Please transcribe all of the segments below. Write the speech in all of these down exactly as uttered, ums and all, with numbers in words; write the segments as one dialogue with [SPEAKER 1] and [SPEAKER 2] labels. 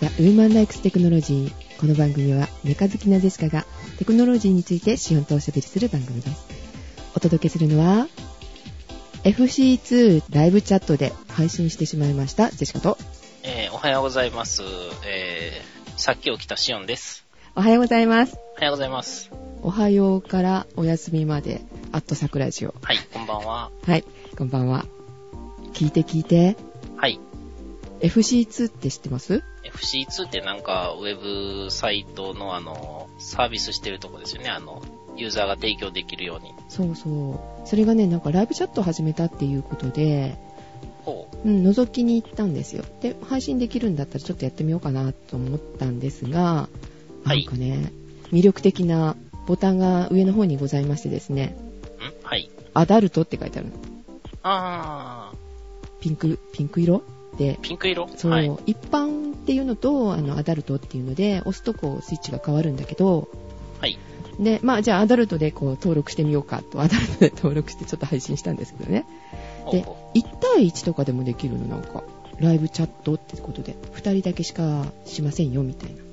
[SPEAKER 1] The Woman Likes Technology。この番組はメカ好きなジェシカがテクノロジーについてシオンとおしゃべりする番組です。お届けするのは エフシーツー ライブチャットで配信してしまいましたジェシカと、
[SPEAKER 2] えー、おはようございます、えー、さっき起きたシオンです。
[SPEAKER 1] おはようございます。
[SPEAKER 2] おはようございます。
[SPEAKER 1] おはようからお休みまでアットサクラジオ。
[SPEAKER 2] はい、こんばんは。
[SPEAKER 1] はい、こんばんは。聞いて聞いて。
[SPEAKER 2] はい。
[SPEAKER 1] エフシーツー って知ってます？
[SPEAKER 2] エフシーツー ってなんかウェブサイトのあのサービスしてるとこですよね。あのユーザーが提供できるように。
[SPEAKER 1] そうそう。それがね、なんかライブチャットを始めたっていうことで、
[SPEAKER 2] ほう。
[SPEAKER 1] うん、覗きに行ったんですよ。で、配信できるんだったらちょっとやってみようかなと思ったんですが、
[SPEAKER 2] はい、
[SPEAKER 1] なんかね、魅力的なボタンが上の方にございましてですね。
[SPEAKER 2] ん？はい。
[SPEAKER 1] アダルトって書いてあるの。
[SPEAKER 2] あ
[SPEAKER 1] ー。ピンク、ピンク色で。
[SPEAKER 2] ピンク色？
[SPEAKER 1] そう、
[SPEAKER 2] はい、
[SPEAKER 1] 一般っていうのと、あの、アダルトっていうので、押すとこうスイッチが変わるんだけど、
[SPEAKER 2] はい。
[SPEAKER 1] で、まあじゃあアダルトでこう登録してみようかと、アダルトで登録してちょっと配信したんですけどね。で、いち対いちとかでもできるの、なんか、ライブチャットってことで、ふたりだけしかしませんよ、みたいな。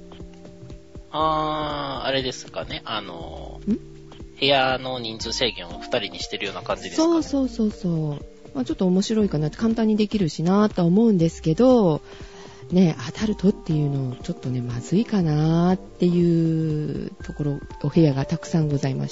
[SPEAKER 2] あー、あれですかね。あの、ん部屋の人数制限をふたりにしてるような感じですかね。
[SPEAKER 1] そうそうそうそう。まあ、ちょっと面白いかなって、簡単にできるしなとは思うんですけど、ね、アダルトっていうのちょっとね、まずいかなっていうところ、お部屋がたくさんございました。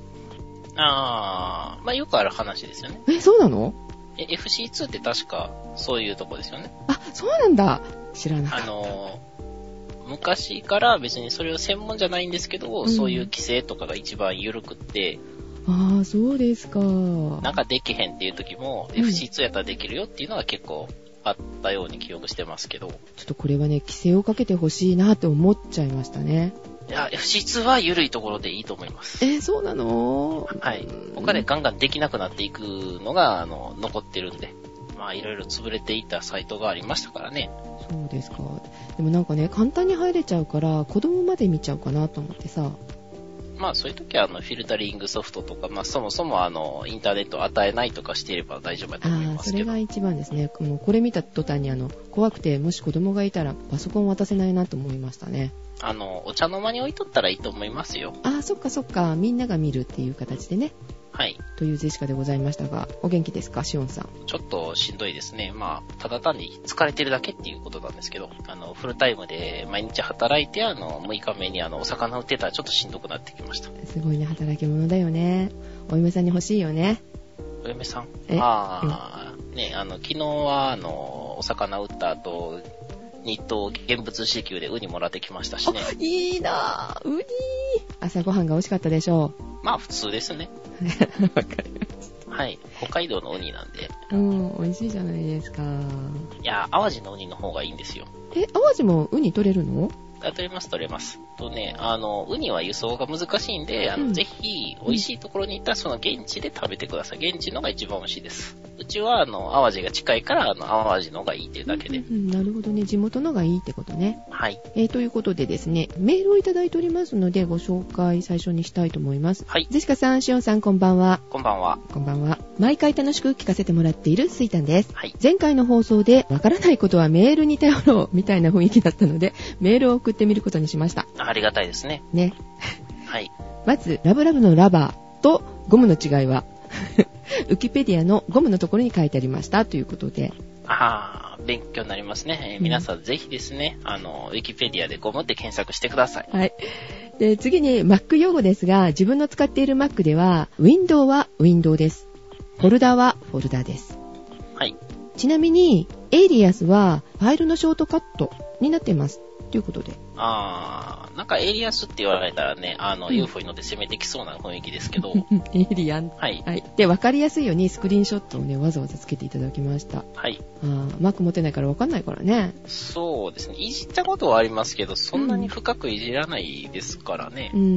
[SPEAKER 2] あー、まあよくある話ですよね。
[SPEAKER 1] え、そうなの？
[SPEAKER 2] え、エフシーツー って確かそういうとこですよね。
[SPEAKER 1] あ、そうなんだ。知らなかった。
[SPEAKER 2] あの、昔から別にそれを専門じゃないんですけど、うん、そういう規制とかが一番緩くって、
[SPEAKER 1] ああ、そうですか。
[SPEAKER 2] なんかできへんっていう時も、うん、エフシーツー やったらできるよっていうのは結構あったように記憶してますけど。
[SPEAKER 1] ちょっとこれはね、規制をかけてほしいなと思っちゃいましたね。
[SPEAKER 2] いや、エフシーツー は緩いところでいいと思います。
[SPEAKER 1] えー、そうなの？
[SPEAKER 2] はい。他でガンガンできなくなっていくのが、あの、残ってるんで。まあ、いろいろ潰れていたサイトがありましたからね。
[SPEAKER 1] そうですか。でもなんかね、簡単に入れちゃうから、子供まで見ちゃうかなと思ってさ。
[SPEAKER 2] まあ、そういう時は、あの、フィルタリングソフトとか、まあ、そもそも、あの、インターネットを与えないとかしていれば大丈夫だと思いますけど。
[SPEAKER 1] ああ、それが一番ですね。もうこれ見た途端に、あの、怖くて、もし子供がいたらパソコン渡せないなと思いましたね。
[SPEAKER 2] あの、お茶の間に置いとったらいいと思いますよ。
[SPEAKER 1] ああ、そっかそっか。みんなが見るっていう形でね。
[SPEAKER 2] はい。
[SPEAKER 1] というジェシカでございましたが、お元気ですか、シオンさん。
[SPEAKER 2] ちょっとしんどいですね。まあ、ただ単に疲れてるだけっていうことなんですけど、あの、フルタイムで毎日働いて、あの、むいかめにあの、お魚売ってたらちょっとしんどくなってきました。
[SPEAKER 1] すごいね、働き者だよね。お嫁さんに欲しいよね。
[SPEAKER 2] お嫁さん？ああ、うん、ね、あの、昨日は、あの、お魚売った後、日当現物支給でウニもらってきましたしね。
[SPEAKER 1] いいなぁ、ウニ。朝ごはんが美味しかったでしょ
[SPEAKER 2] う。まあ普通ですね。
[SPEAKER 1] わかりました。
[SPEAKER 2] はい。北海道のウニなんで。
[SPEAKER 1] うん、美味しいじゃないですか。
[SPEAKER 2] いや、淡路のウニの方がいいんですよ。
[SPEAKER 1] え、淡路もウニ取れるの？
[SPEAKER 2] 取れます取れます。とね、あの、ウニは輸送が難しいんで、あの、うん、ぜひ、美味しいところに行ったらその現地で食べてください。現地のが一番美味しいです。うちは、あの、淡路が近いから、あの、淡路のがいいっていうだけで、
[SPEAKER 1] うんうん。なるほどね。地元のがいいってことね。
[SPEAKER 2] はい。
[SPEAKER 1] えー、ということでですね、メールをいただいておりますので、ご紹介最初にしたいと思います。
[SPEAKER 2] はい。
[SPEAKER 1] ジェシカさん、シオンさん、こんばんは。
[SPEAKER 2] こんばんは。
[SPEAKER 1] こんばんは。毎回楽しく聞かせてもらっているスイタンです。
[SPEAKER 2] はい。
[SPEAKER 1] 前回の放送で、わからないことはメールに頼ろう、みたいな雰囲気だったので、メールを送ってみることにしました。
[SPEAKER 2] ありがたいですね。
[SPEAKER 1] ね。
[SPEAKER 2] はい。
[SPEAKER 1] まず、ラブラブのラバーとゴムの違いは、ウィキペディアのゴムのところに書いてありましたということで。
[SPEAKER 2] ああ、勉強になりますね。えー、皆さんぜひですね、あの、ウィキペディアでゴムって検索してください。
[SPEAKER 1] はい。で、次に Mac 用語ですが、自分の使っている Mac では、ウィンドウはウィンドウです。フォルダはフォルダです。
[SPEAKER 2] はい。
[SPEAKER 1] ちなみに、エイリアスはファイルのショートカットになっています。ということで。
[SPEAKER 2] あー、なんかエイリアスって言われたらね、あの、うん、ユーフォー に乗って攻めてきそうな雰囲気ですけど。
[SPEAKER 1] エイリアン。
[SPEAKER 2] はい。
[SPEAKER 1] はい。で、わかりやすいようにスクリーンショットをね、わざわざつけていただきました。
[SPEAKER 2] はい。
[SPEAKER 1] あー、Mac 持ってないからわかんないからね。
[SPEAKER 2] そうですね。いじったことはありますけど、そんなに深くいじらないですからね。
[SPEAKER 1] うん。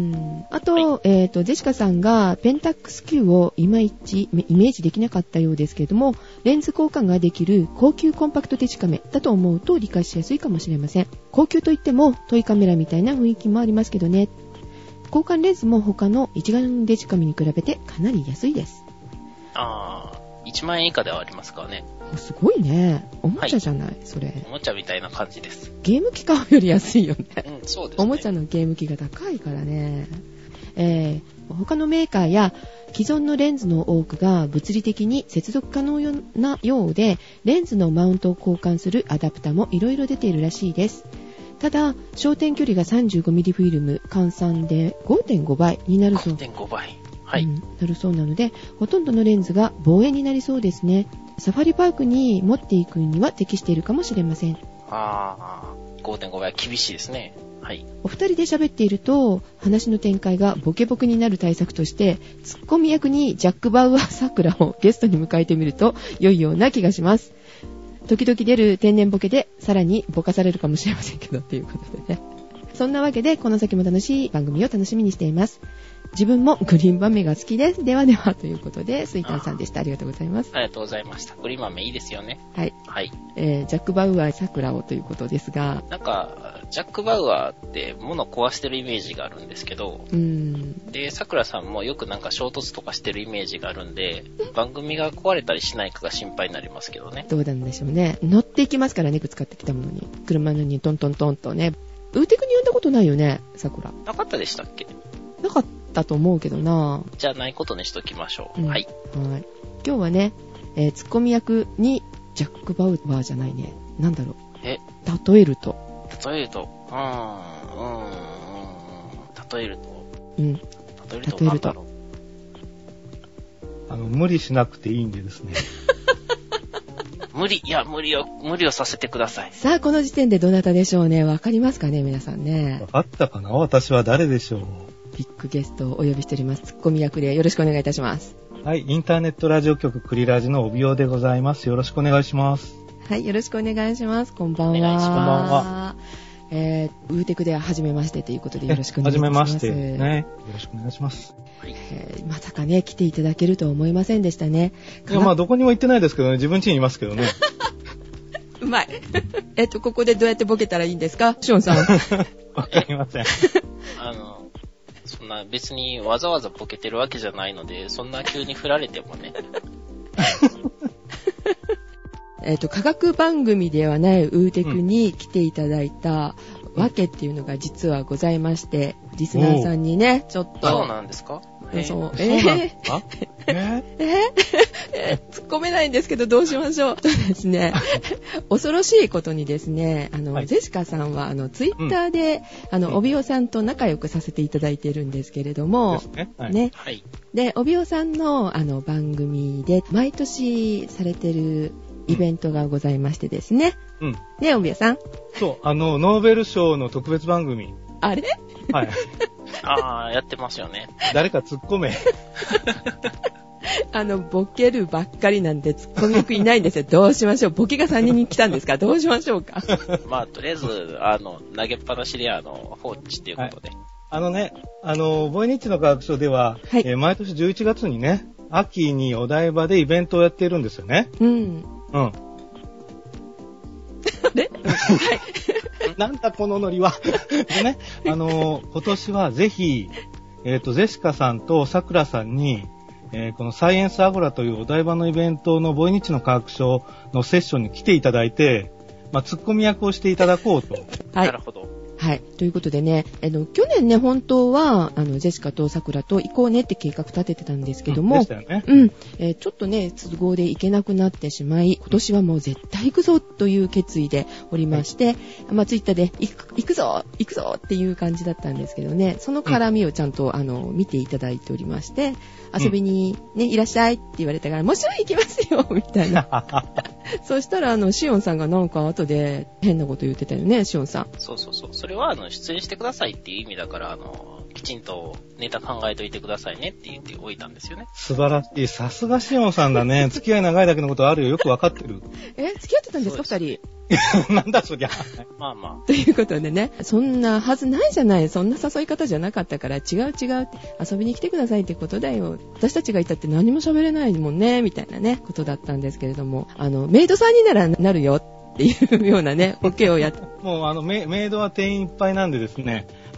[SPEAKER 1] あと、はい、えっと、ジェシカさんがペンタックス Q をいまいちイメージできなかったようですけれども、レンズ交換ができる高級コンパクトデジカメだと思うと理解しやすいかもしれません。高級といってもトイカメラみたいな雰囲気もありますけどね。交換レンズも他の一眼デジカメに比べてかなり安いです。
[SPEAKER 2] あー、いちまんえん以下ではありますからね。
[SPEAKER 1] すごいね。おもちゃじゃない、はい、それ。
[SPEAKER 2] おもちゃみたいな感じです。
[SPEAKER 1] ゲーム機買うより安いよね。
[SPEAKER 2] うん、そうですね。
[SPEAKER 1] おもちゃのゲーム機が高いからね。えー、他のメーカーや既存のレンズの多くが物理的に接続可能なようで、レンズのマウントを交換するアダプタもいろいろ出ているらしいです。ただ、焦点距離が さんじゅうごミリ フィルム換算で ごてんご 倍になるそう。
[SPEAKER 2] ごてんご 倍。はい、
[SPEAKER 1] うん。なるそうなので、ほとんどのレンズが望遠になりそうですね。サファリパークに持っていくには適しているかもしれません。
[SPEAKER 2] ああ、ごてんご 倍は厳しいですね。はい。
[SPEAKER 1] お二人で喋っていると、話の展開がボケボケになる対策として、ツッコミ役にジャック・バウアー・サクラをゲストに迎えてみると良いような気がします。時々出る天然ボケでさらにボカされるかもしれませんけど、ということでね。そんなわけで、この先も楽しい番組を楽しみにしています。自分もグリーン豆が好きです。ではではということで、スイタンさんでした。ありがとうございます。
[SPEAKER 2] ありがとうございました。グリーン豆いいですよね。
[SPEAKER 1] はい。
[SPEAKER 2] はい。
[SPEAKER 1] えー、ジャック・バウアー・サクラをということですが。
[SPEAKER 2] なんか、ジャック・バウアーって物壊してるイメージがあるんですけど、
[SPEAKER 1] うーん。
[SPEAKER 2] で、サクラさんもよくなんか衝突とかしてるイメージがあるんで、番組が壊れたりしないかが心配になりますけどね。
[SPEAKER 1] どうなんでしょうね。乗っていきますからね、ぶつかってきたものに。車のにトントントンとね。ウーテクに呼んだことないよね、サクラ。
[SPEAKER 2] なかったでしたっけ？
[SPEAKER 1] なかったと思うけどな。
[SPEAKER 2] じゃあないことにしときましょう。うん、はい。
[SPEAKER 1] はい。今日はね、えー、ツッコミ役にジャック・バウアーじゃないね。なんだろう。
[SPEAKER 2] え
[SPEAKER 1] 例えると。
[SPEAKER 2] 例えると。うーん、うん、うん。例えると。
[SPEAKER 1] うん。
[SPEAKER 2] 例えるとなんだろう。
[SPEAKER 3] あの、無理しなくていいんでですね。
[SPEAKER 2] 無理、いや、無理を、無理をさせてください。
[SPEAKER 1] さあ、この時点でどなたでしょうね。わかりますかね、皆さんね。
[SPEAKER 3] わかったかな？私は誰でしょう？
[SPEAKER 1] ビッグゲストをお呼びしております。ツッコミ役でよろしくお願いいたします。
[SPEAKER 3] はい、インターネットラジオ局クリラジの帯尾でございます。よろしくお願いします。
[SPEAKER 1] はい、よろしくお願いします。こんばんは。
[SPEAKER 2] お願いします。
[SPEAKER 3] こんばんは。
[SPEAKER 1] えー、ウーテクでは初めましてということでよろしくお願いします。
[SPEAKER 3] 初めましてね。よろしくお願いします。
[SPEAKER 2] はい、
[SPEAKER 1] えー、まさかね、来ていただけるとは思いませんでしたね。
[SPEAKER 3] いや、まあ、どこにも行ってないですけどね、自分家にいますけどね。
[SPEAKER 1] うまい。えっと、ここでどうやってボケたらいいんですか？シオンさん。
[SPEAKER 3] わかりません。
[SPEAKER 2] あの、そんな別にわざわざボケてるわけじゃないので、そんな急に振られてもね。
[SPEAKER 1] えっと、科学番組ではないウーテクに来ていただいたわけっていうのが実はございまして、リスナーさんにね、ちょっと。
[SPEAKER 2] そうなんですか？
[SPEAKER 1] えー、そう。
[SPEAKER 3] えー、そうなんですか？えー、
[SPEAKER 1] えー、突っ込めないんですけどどうしましょう。とですね、恐ろしいことにですね、あの、はい、ジェシカさんはあのツイッターで、うん、あの帯尾さんと仲良くさせていただいているんですけれども、
[SPEAKER 3] ですね。はい、
[SPEAKER 1] ね、
[SPEAKER 2] はい、
[SPEAKER 1] で帯尾さんのあの番組で毎年されてるイベントがございましてですね。
[SPEAKER 3] うん。
[SPEAKER 1] ね、帯尾さん。
[SPEAKER 3] そう、あのノーベル賞の特別番組。
[SPEAKER 1] あれ？
[SPEAKER 3] はい。
[SPEAKER 2] ああ、やってますよね。
[SPEAKER 3] 誰か突っ込め。
[SPEAKER 1] あの、ボケるばっかりなんで突っ込み役いないんですよ。どうしましょう。ボケがさんにん来たんですか？どうしましょうか。
[SPEAKER 2] まあ、とりあえず、あの、投げっぱなしで、あの、放置っていうことで。はい、
[SPEAKER 3] あのね、あの、ボイニッチの科学賞では、はい、えー、毎年じゅういちがつにね、秋にお台場でイベントをやっているんですよね。
[SPEAKER 1] うん。
[SPEAKER 3] うん。
[SPEAKER 1] で、はい。
[SPEAKER 3] なんだこのノリは。でね、あの、今年はぜひ、えっと、ゼシカさんとさくらさんに、えー、このサイエンスアゴラというお台場のイベントのボイニッチの科学賞のセッションに来ていただいて、まあ、ツッコミ役をしていただこうと。
[SPEAKER 1] はい。
[SPEAKER 2] なるほど。
[SPEAKER 1] はい。ということでね、あの、去年ね、本当は、あの、ジェシカとさくらと行こうねって計画立ててたんですけども、うん、
[SPEAKER 3] でしたよね。
[SPEAKER 1] うん。えー、ちょっとね、都合で行けなくなってしまい、今年はもう絶対行くぞという決意でおりまして、はい、まあ、ツイッターで行く、行くぞ行くぞっていう感じだったんですけどね、その絡みをちゃんと、うん、あの、見ていただいておりまして、遊びにね、うん、いらっしゃいって言われたから、もちろん行きますよみたいな。そしたら、あの、シオンさんがなんか後で変なこと言ってたよね、シオンさん。
[SPEAKER 2] そうそうそう。それは、あの、出演してくださいっていう意味だから、あの、きちんとネタ考えといてくださいねって言っておいたんですよね。
[SPEAKER 3] 素晴らしい。さすがシオンさんだね。付き合い長いだけのことあるよ。よくわかってる。
[SPEAKER 1] え、付き合ってたんですか、二人。
[SPEAKER 3] なんだそりゃ。
[SPEAKER 2] まあまあ。
[SPEAKER 1] ということでね、そんなはずないじゃない。そんな誘い方じゃなかったから、違う違うって遊びに来てくださいってことだよ。私たちがいたって何も喋れないもんね、みたいなね、ことだったんですけれども、あの、メイドさんにならなるよっていうようなね、オケをやって。
[SPEAKER 3] もうあのメ、メイドは定員いっぱいなんでですね、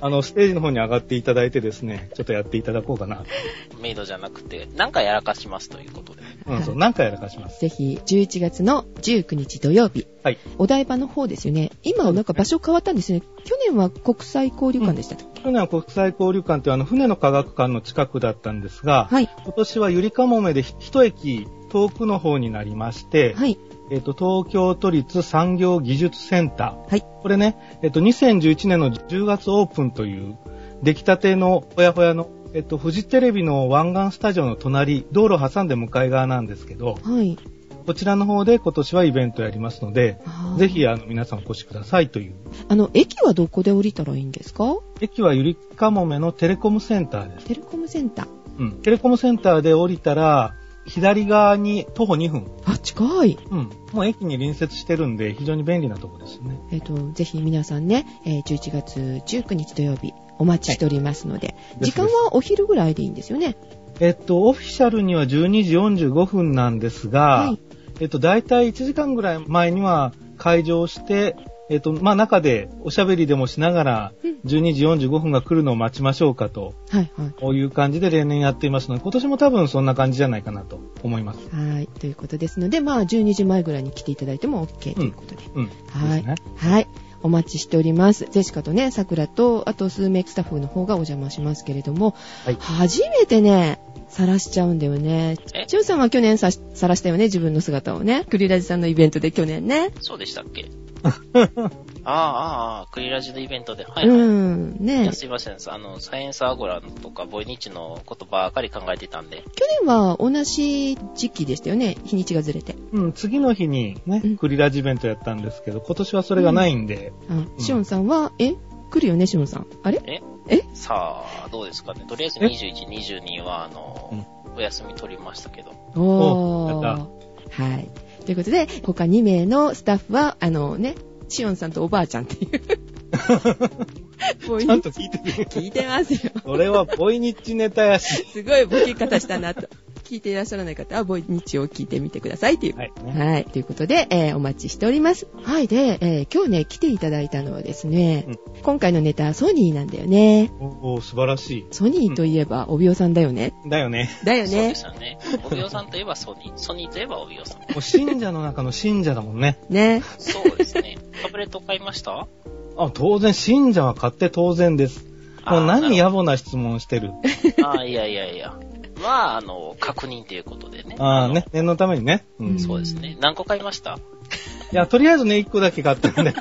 [SPEAKER 3] あの、ステージの方に上がっていただいてですね、ちょっとやっていただこうかな。
[SPEAKER 2] メイドじゃなくて、なんかやらかしますということで。
[SPEAKER 3] うん、そう、なんかやらかします。
[SPEAKER 1] ぜひ、じゅういちがつのじゅうくにち土曜日。
[SPEAKER 3] はい。
[SPEAKER 1] お台場の方ですよね。今はなんか場所変わったんですね。去年は国際交流館でしたっけ、うん、
[SPEAKER 3] 去年は国際交流館ってあの、船の科学館の近くだったんですが、
[SPEAKER 1] はい。
[SPEAKER 3] 今年はゆりかもめで一駅遠くの方になりまして、
[SPEAKER 1] はい。
[SPEAKER 3] えっと、東京都立産業技術センター。
[SPEAKER 1] はい。
[SPEAKER 3] これね、えっと、にせんじゅういちねんのじゅうがつオープンという、出来たてのほやほやの、えっと、フジテレビの湾岸スタジオの隣、道路を挟んで向かい側なんですけど、
[SPEAKER 1] はい。
[SPEAKER 3] こちらの方で今年はイベントやりますので、ぜひ、あの、皆さんお越しくださいという。
[SPEAKER 1] あの、駅はどこで降りたらいいんですか？
[SPEAKER 3] 駅はゆりかもめのテレコムセンターです。
[SPEAKER 1] テレコムセンター。
[SPEAKER 3] うん。テレコムセンターで降りたら、左側に徒歩にふん。
[SPEAKER 1] あ、近い。
[SPEAKER 3] うん。もう駅に隣接してるんで、非常に便利なところですね。
[SPEAKER 1] えっと、ぜひ皆さんね、えー、じゅういちがつじゅうくにち土曜日、お待ちしておりますので、はい、時間はお昼ぐらいでいいんですよね。
[SPEAKER 3] えっと、オフィシャルにはじゅうにじよんじゅうごふんなんですが、はい、えっと、だいたいいちじかんぐらい前には開場して、えっと、まあ、中でおしゃべりでもしながら、じゅうにじよんじゅうごふんが来るのを待ちましょうかと、はいはい、こういう感じで例年やっていますので、今年も多分そんな感じじゃないかなと思います。
[SPEAKER 1] はい、ということですので、まあ、じゅうにじまえぐらいに来ていただいても OK ということで。
[SPEAKER 3] うん。うん、
[SPEAKER 1] はい。
[SPEAKER 3] ね、
[SPEAKER 1] はい。お待ちしております。ジェシカとね、桜と、あと数名スタッフの方がお邪魔しますけれども、はい、初めてね、晒しちゃうんだよね。チュンさんは去年さ晒したよね、自分の姿をね。クリラジさんのイベントで去年ね。
[SPEAKER 2] そうでしたっけああ、ああ、クリラジのイベントで。はい、はい。
[SPEAKER 1] うん、ね。
[SPEAKER 2] いや、すいません。あの、サイエンスアゴラとかボイニッチのことばかり考えてたんで。
[SPEAKER 1] 去年は同じ時期でしたよね、日にちがずれて。
[SPEAKER 3] うん、次の日にね、うん、クリラジイベントやったんですけど、今年はそれがないんで。
[SPEAKER 1] うん。あ、シオンさんは、え来るよね、シオンさん。あれ
[SPEAKER 2] え
[SPEAKER 1] え
[SPEAKER 2] さあ、どうですかね。とりあえずにじゅういち、にじゅうには、あの、うん、お休み取りましたけど。
[SPEAKER 1] おー。はい。ということで、他にめいのスタッフは、あのね、シオンさんとおばあちゃんっていう。ち
[SPEAKER 3] ゃんと聞いてる。
[SPEAKER 1] 聞いてますよ。
[SPEAKER 3] それはボイニッチネタやし。
[SPEAKER 1] すごいボケ方したなと。聞いていらっしゃらない方はボイニッチを聞いてみてくださいっていう。はい、ね。はい。ということで、えー、お待ちしております。はい。で、えー、今日ね、来ていただいたのはですね、うん、今回のネタ、ソニーなんだよね。
[SPEAKER 3] おー、素晴らしい。
[SPEAKER 1] ソニーといえば、うん、帯尾さんだよね。
[SPEAKER 3] だよね。
[SPEAKER 1] だよね。そう
[SPEAKER 2] ですよね。帯尾さんといえばソニー。ソニーといえば帯尾さん。も
[SPEAKER 3] う信者の中の信者だもんね。
[SPEAKER 1] ね。
[SPEAKER 2] そうですね。タブレット買いました？
[SPEAKER 3] あ、当然、信者は買って当然です。もう何野暮な質問してる。
[SPEAKER 2] ああ、いやいやいや。まあ、あの、確認ということでね。
[SPEAKER 3] ああ、ね、念のためにね。
[SPEAKER 2] うん。そうですね。何個買いました？
[SPEAKER 3] いや、とりあえずね、いっこだけ買ったんで。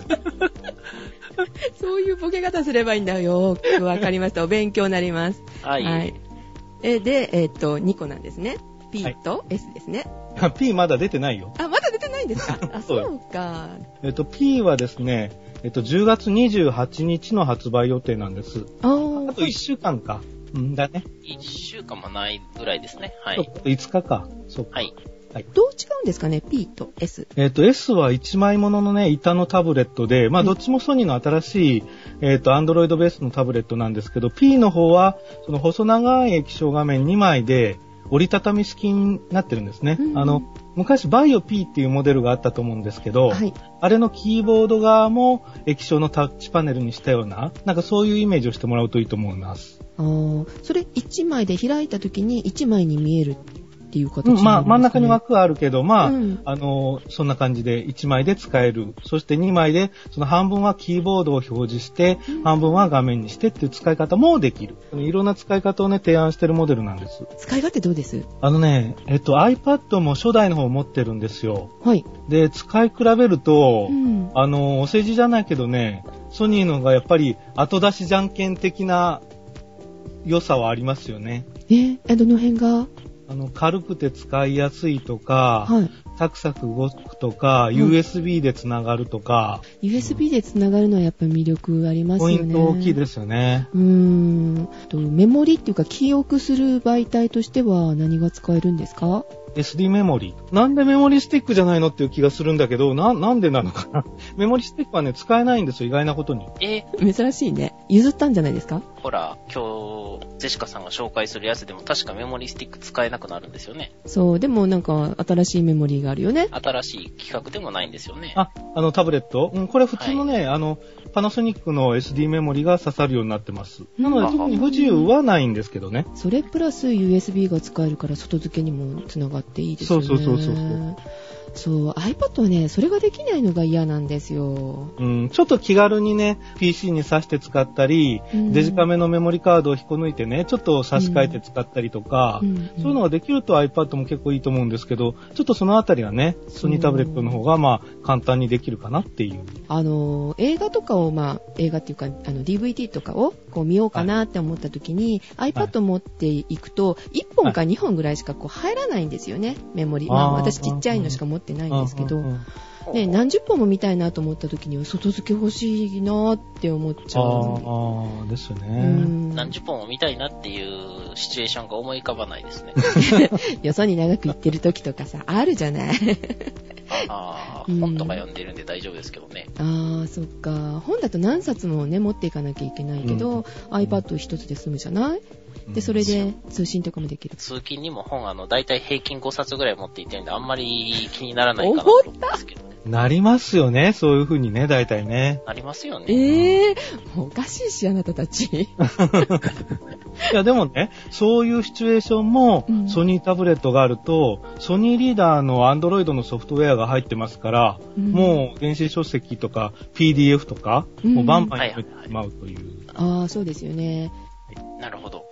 [SPEAKER 1] そういうボケ方すればいいんだよ。わかりました。お勉強になります。
[SPEAKER 2] はい。はい。
[SPEAKER 1] え、で、えっと、にこなんですね。P と S ですね。
[SPEAKER 3] はい、P まだ出てないよ。
[SPEAKER 1] あ、まだ出てないんですか？あ、そうか。
[SPEAKER 3] えっと、P はですね、えっと、じゅうがつにじゅうはちにちの発売予定なんです。
[SPEAKER 1] ああ。
[SPEAKER 3] あといっしゅうかんか。んだね。
[SPEAKER 2] いっしゅうかんもないぐらいですね。はい。
[SPEAKER 3] いつかか。そうか。
[SPEAKER 2] はい。
[SPEAKER 1] はい、どう違うんですかね P と S。
[SPEAKER 3] えっと、S はいちまいもののね、板のタブレットで、まあ、どっちもソニーの新しい、えっと、Android ベースのタブレットなんですけど、P の方は、その細長い液晶画面にまいで、折りたたみ式になってるんですね。うん、あの、昔、バイオ P っていうモデルがあったと思うんですけど、はい、あれのキーボード側も液晶のタッチパネルにしたような、なんかそういうイメージをしてもらうといいと思います。
[SPEAKER 1] ああ、それいちまいで開いた時にいちまいに見えるっていう形なんですかね。
[SPEAKER 3] うん、まあ、真ん中に枠はあるけど、まあ、うん、あの、そんな感じでいちまいで使える。そしてにまいで、その半分はキーボードを表示して、うん、半分は画面にしてっていう使い方もできる。いろんな使い方をね、提案してるモデルなんです。
[SPEAKER 1] 使い勝手どうです？
[SPEAKER 3] あのね、えっと、iPad も初代の方を持ってるんですよ。
[SPEAKER 1] はい。
[SPEAKER 3] で、使い比べると、
[SPEAKER 1] うん、
[SPEAKER 3] あの、お世辞じゃないけどね、ソニーのがやっぱり後出しじゃんけん的な良さはありますよね。
[SPEAKER 1] え、どの辺が？
[SPEAKER 3] あの、軽くて使いやすいとか、
[SPEAKER 1] はい、
[SPEAKER 3] サクサク動くとか、うん、ユーエスビー でつながるとか。
[SPEAKER 1] ユーエスビー でつながるのはやっぱり魅力ありますよね。
[SPEAKER 3] ポイント大きいですよね。
[SPEAKER 1] うーん。とメモリっていうか記憶する媒体としては何が使えるんですか？
[SPEAKER 3] エスディー メモリ。なんでメモリスティックじゃないのっていう気がするんだけど、な、なんでなのかな。メモリスティックはね、使えないんですよ、意外なことに。
[SPEAKER 2] え
[SPEAKER 1] 珍しいね。譲ったんじゃないですか？
[SPEAKER 2] ほら、今日と、ゼシカさんが紹介するやつでも確かメモリースティック使えなくなるんですよね。
[SPEAKER 1] そう、でもなんか新しいメモリーがあるよね。
[SPEAKER 2] 新しい企画でもないんですよね。
[SPEAKER 3] あ、あのタブレット、うん、これ普通のね、はい、あの、パナソニックの エスディー メモリが刺さるようになってます。なので特に不自由はないんですけどね。
[SPEAKER 1] それプラス ユーエスビー が使えるから外付けにもつながっていいですよね。
[SPEAKER 3] そうそうそうそう。
[SPEAKER 1] そう、iPad はね、それができないのが嫌なんですよ。
[SPEAKER 3] うん、ちょっと気軽にね、ピーシー に挿して使ったり、うん、デジカメのメモリカードを引っこ抜いてね、ちょっと差し替えて使ったりとか、うん、そういうのができると iPad も結構いいと思うんですけど、ちょっとそのあたりはね、ソニータブレットの方がまあ簡単にできるかなっていう。
[SPEAKER 1] あの、映画とかをまあ、映画っていうか、あの ディーブイディー とかをこう見ようかなって思った時に、はい、iPad 持っていくと、いっぽんかにほんぐらいしかこう入らないんですよね、メモリ。まあ私ちっちゃいのしか持ってないんですけど、ね、何十本も見たいなと思った時には外付け欲しいなって思っちゃう。
[SPEAKER 3] ああ、ですよね。
[SPEAKER 2] 何十本も見たいなっていうシチュエーションが思い浮かばないですね。
[SPEAKER 1] よそに長く行ってる時とかさ、あるじゃない。
[SPEAKER 2] ああ、本とか読んでるんで大丈夫ですけどね。
[SPEAKER 1] ああ、そっか。本だと何冊もね、持っていかなきゃいけないけど、うん、iPad 一つで済むじゃない？で、それで通信とかもできる。
[SPEAKER 2] 通勤にも本、あの、だいたい平均ごさつぐらい持っていってるんで、あんまり気にならないかなと思うんですけどね。
[SPEAKER 3] なりますよね、そういう風にね、大体ね。
[SPEAKER 2] なりますよね。
[SPEAKER 1] ええー、おかしいし、あなたたち。い
[SPEAKER 3] や、でもね、そういうシチュエーションも、うん、ソニータブレットがあると、ソニーリーダーの Android のソフトウェアが入ってますから、うん、もう電子書籍とか ピーディーエフ とか、うん、もうバンバン入ってしまうという。
[SPEAKER 1] ああ、そうですよね。
[SPEAKER 2] なるほど。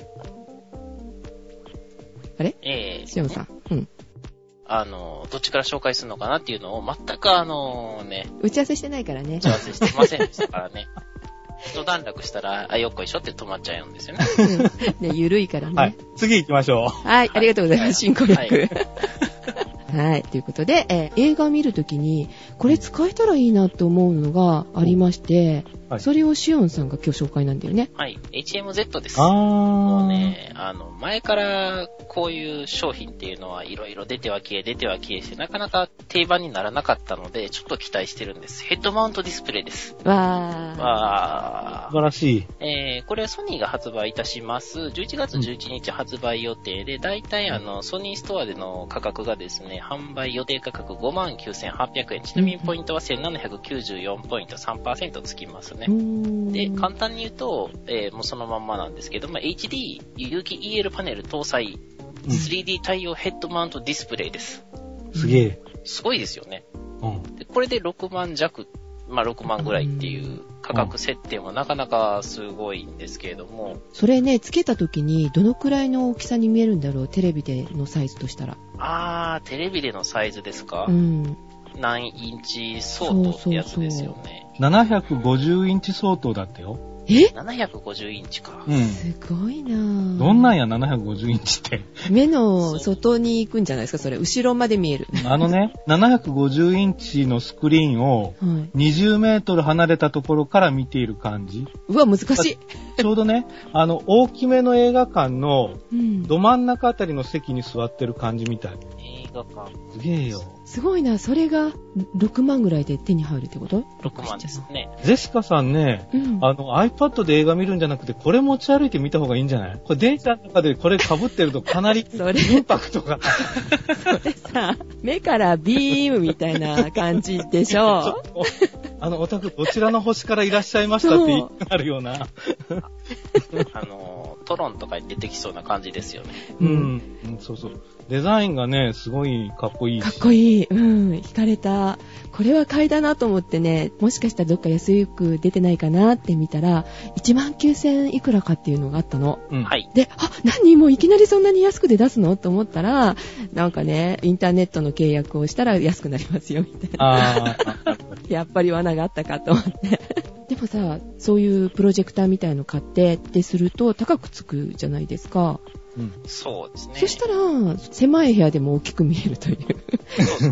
[SPEAKER 1] あれ
[SPEAKER 2] ええー。
[SPEAKER 1] しおんさん。うん。
[SPEAKER 2] あの、どっちから紹介するのかなっていうのを全くあのね。
[SPEAKER 1] 打ち合わせしてないからね。
[SPEAKER 2] 打ち合わせしてませんでしたからね。一段落したら、あ、よっこいしょって止まっちゃうんですよね。
[SPEAKER 1] うん、ね、ゆるいからね。
[SPEAKER 3] はい。次行きましょう。
[SPEAKER 1] はい、ありがとうございます。進行力。はいはい。ということで、えー、映画を見るときに、これ使えたらいいなと思うのがありまして、はい、それをシオンさんが今日紹介なんだよね。
[SPEAKER 2] はい。エイチエムゼット です。あもうね、あの、前からこういう商品っていうのはいろいろ出ては消え、出ては消えして、なかなか定番にならなかったので、ちょっと期待してるんです。ヘッドマウントディスプレイです。
[SPEAKER 1] わー。
[SPEAKER 3] わー。素晴らしい。
[SPEAKER 2] えー、これはソニーが発売いたします。じゅういちがつじゅういちにち発売予定で、だいたいあの、ソニーストアでの価格がですね、販売予定価格 ごまんきゅうせんはっぴゃくえん。ちなみにポイントはせんななひゃくきゅうじゅうよんポイント、さんパーセント つきますね。で、簡単に言うと、えー、もうそのまんまなんですけど、まあ、エイチディー 有機 イーエル パネル搭載 スリーディー 対応ヘッドマウントディスプレイです。
[SPEAKER 3] すげえ。
[SPEAKER 2] すごいですよね。
[SPEAKER 3] うん、
[SPEAKER 2] でこれでろくまん弱、まあ、ろくまんぐらいっていう価格設定もなかなかすごいんですけれども。
[SPEAKER 1] それね、つけた時にどのくらいの大きさに見えるんだろう、テレビでのサイズとしたら。
[SPEAKER 2] あー、テレビでのサイズですか？
[SPEAKER 1] うん。
[SPEAKER 2] 何インチ相当ってやつですよね。そうそうそう
[SPEAKER 3] ななひゃくごじゅうインチ相当だったよ。
[SPEAKER 1] え ?
[SPEAKER 2] ななひゃくごじゅうインチか。
[SPEAKER 3] うん。
[SPEAKER 1] すごいなぁ。
[SPEAKER 3] どんなんや、ななひゃくごじゅうインチって。
[SPEAKER 1] 目の外に行くんじゃないですか、それ。後ろまで見える。
[SPEAKER 3] あのね、ななひゃくごじゅうインチのスクリーンをにじゅうメートル離れたところから見ている感じ。
[SPEAKER 1] うわ、難しい。
[SPEAKER 3] ちょうどね、あの、大きめの映画館のど真ん中あたりの席に座ってる感じみたい。
[SPEAKER 2] 映画館。
[SPEAKER 3] すげえよ。
[SPEAKER 1] すごいな、それがろくまんぐらいで手に入るってこと？
[SPEAKER 2] ろくまんですね。
[SPEAKER 3] ジェシカさんね、うん、あの iPad で映画見るんじゃなくて、これ持ち歩いて見た方がいいんじゃない？これ電車の中でこれ被ってるとかなりインパクトが。
[SPEAKER 1] それさ、目からビームみたいな感じでしょ？
[SPEAKER 3] あの、お宅どちらの星からいらっしゃいましたって言いたくなるような。
[SPEAKER 2] あの、トロンとかに出てきそうな感じですよね。
[SPEAKER 3] うん、うん、そうそう。デザインがね、すごいかっこいいし。
[SPEAKER 1] かっこいい。うん、惹かれた。これは買いだなと思ってね、もしかしたらどっか安く出てないかなって見たら、いちまんきゅうせんいくらかっていうのがあったの。
[SPEAKER 2] うん、はい。
[SPEAKER 1] で、あ、何もういきなりそんなに安くで出すのと思ったら、なんかね、インターネットの契約をしたら安くなりますよ、みたいな。あやっぱり罠があったかと思って。でもさ、そういうプロジェクターみたいの買ってってすると高くつくじゃないですか。
[SPEAKER 2] うん、そうですね。
[SPEAKER 1] そしたら、狭い部屋でも大きく見えるという。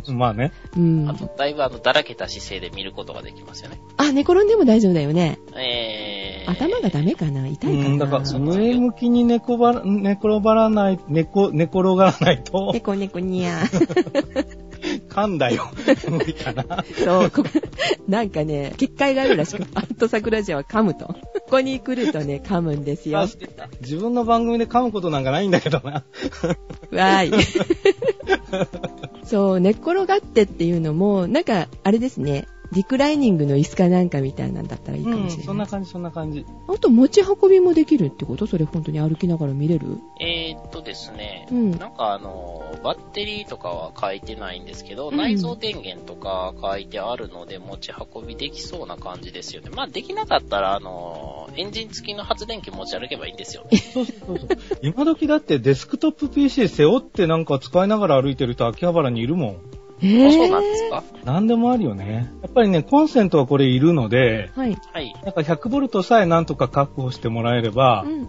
[SPEAKER 3] まあね。
[SPEAKER 2] うん。あと、だいぶあの、だらけた姿勢で見ることができますよね。
[SPEAKER 1] あ、寝転んでも大丈夫だよね。
[SPEAKER 2] えー。
[SPEAKER 1] 頭がダメかな？痛いかな？うん、
[SPEAKER 3] だから、上向きに寝こば、寝転ばらない、寝こ、寝転がらないと。
[SPEAKER 1] 猫猫にゃー。
[SPEAKER 3] 噛んだよ。無理かな。
[SPEAKER 1] そう、ここ、なんかね、結界があるらしく、アントサクラジアは噛むと。 こに来るとね、噛むんですよ。
[SPEAKER 3] 自分の番組で噛むことなんかないんだけどな。
[SPEAKER 1] わーい。そう、寝っ転がってっていうのも、なんか、あれですね。リクライニングの椅子かなんかみたいなんだったらいいかもしれない。うん、
[SPEAKER 3] そんな感じ、そんな感じ。
[SPEAKER 1] あと、持ち運びもできるってこと？それ本当に歩きながら見れる？
[SPEAKER 2] えーっとですね、
[SPEAKER 1] うん、
[SPEAKER 2] なんかあの、バッテリーとかは書いてないんですけど、うん、内蔵電源とか書いてあるので持ち運びできそうな感じですよね。まあ、できなかったら、あの、エンジン付きの発電機持ち歩けばいいんですよ。
[SPEAKER 3] そうそうそう。今時だってデスクトップ ピーシー 背負ってなんか使いながら歩いてる人秋葉原にいるもん。
[SPEAKER 1] えー、
[SPEAKER 2] あ、そうなんですか？
[SPEAKER 3] 何でもあるよね。やっぱりね、コンセントはこれいるので、
[SPEAKER 1] はい。
[SPEAKER 2] はい。
[SPEAKER 3] なんかひゃくボルトさえなんとか確保してもらえれば、
[SPEAKER 1] うんうん。